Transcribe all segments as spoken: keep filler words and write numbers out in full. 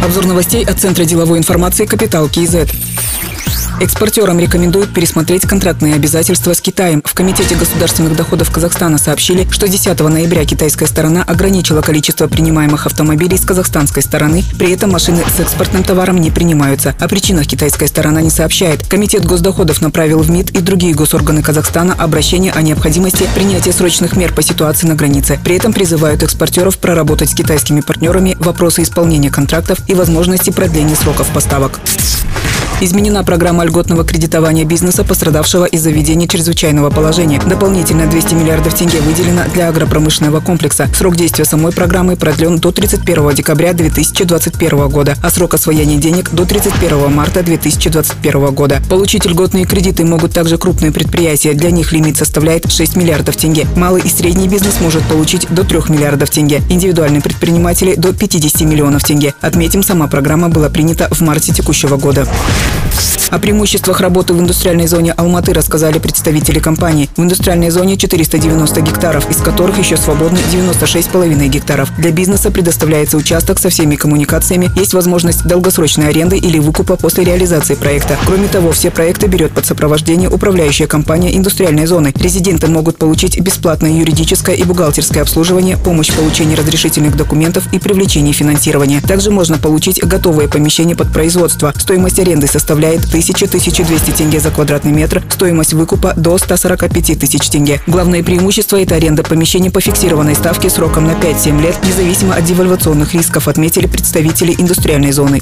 Обзор новостей от Центра деловой информации «Капитал КИЗ». Экспортерам рекомендуют пересмотреть контрактные обязательства с Китаем. В Комитете государственных доходов Казахстана сообщили, что десятого ноября китайская сторона ограничила количество принимаемых автомобилей с казахстанской стороны. При этом машины с экспортным товаром не принимаются. О причинах китайская сторона не сообщает. Комитет госдоходов направил в МИД и другие госорганы Казахстана обращение о необходимости принятия срочных мер по ситуации на границе. При этом призывают экспортеров проработать с китайскими партнерами вопросы исполнения контрактов и возможности продления сроков поставок. Изменена программа льготного кредитования бизнеса, пострадавшего из-за введения чрезвычайного положения. Дополнительно двести миллиардов тенге выделено для агропромышленного комплекса. Срок действия самой программы продлен до тридцать первого декабря две тысячи двадцать первого года, а срок освоения денег до тридцать первого марта две тысячи двадцать первого года. Получить льготные кредиты могут также крупные предприятия. Для них лимит составляет шесть миллиардов тенге. Малый и средний бизнес может получить до трёх миллиардов тенге. Индивидуальные предприниматели до пятидесяти миллионов тенге. Отметим, сама программа была принята в марте текущего года. О преимуществах работы в индустриальной зоне Алматы рассказали представители компании. В индустриальной зоне четыреста девяносто гектаров, из которых еще свободны девяносто шесть с половиной гектаров. Для бизнеса предоставляется участок со всеми коммуникациями, есть возможность долгосрочной аренды или выкупа после реализации проекта. Кроме того, все проекты берет под сопровождение управляющая компания индустриальной зоны. Резиденты могут получить бесплатное юридическое и бухгалтерское обслуживание, помощь в получении разрешительных документов и привлечении финансирования. Также можно получить готовое помещение под производство. Стоимость аренды составляет тысяча — тысяча двести тенге за квадратный метр, стоимость выкупа до ста сорока пяти тысяч тенге. Главное преимущество – это аренда помещений по фиксированной ставке сроком на пять-семь лет, независимо от девальвационных рисков, отметили представители индустриальной зоны.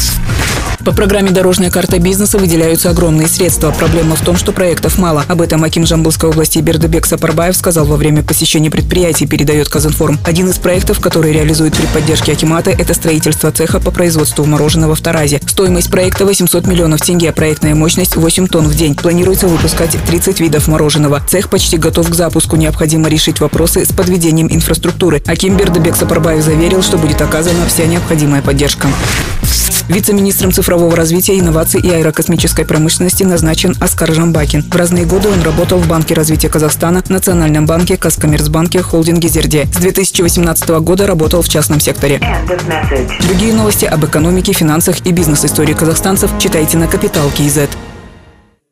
По программе «Дорожная карта бизнеса» выделяются огромные средства. Проблема в том, что проектов мало. Об этом аким Жамбылской области Бердыбек Сапарбаев сказал во время посещения предприятий, передает Казинформ. Один из проектов, который реализует при поддержке акимата, это строительство цеха по производству мороженого в Таразе. Стоимость проекта восемьсот миллионов тенге, а проектная мощность восемь тонн в день. Планируется выпускать тридцать видов мороженого. Цех почти готов к запуску. Необходимо решить вопросы с подведением инфраструктуры. Аким Бердыбек Сапарбаев заверил, что будет оказана вся необходимая поддержка. Вице-министром цифрового развития, инноваций и аэрокосмической промышленности назначен Аскар Жамбакин. В разные годы он работал в Банке развития Казахстана, Национальном банке, Казкоммерцбанке, холдинге «Зерде». С две тысячи восемнадцатого года работал в частном секторе. Другие новости об экономике, финансах и бизнес-истории казахстанцев читайте на Капитал КИЗ.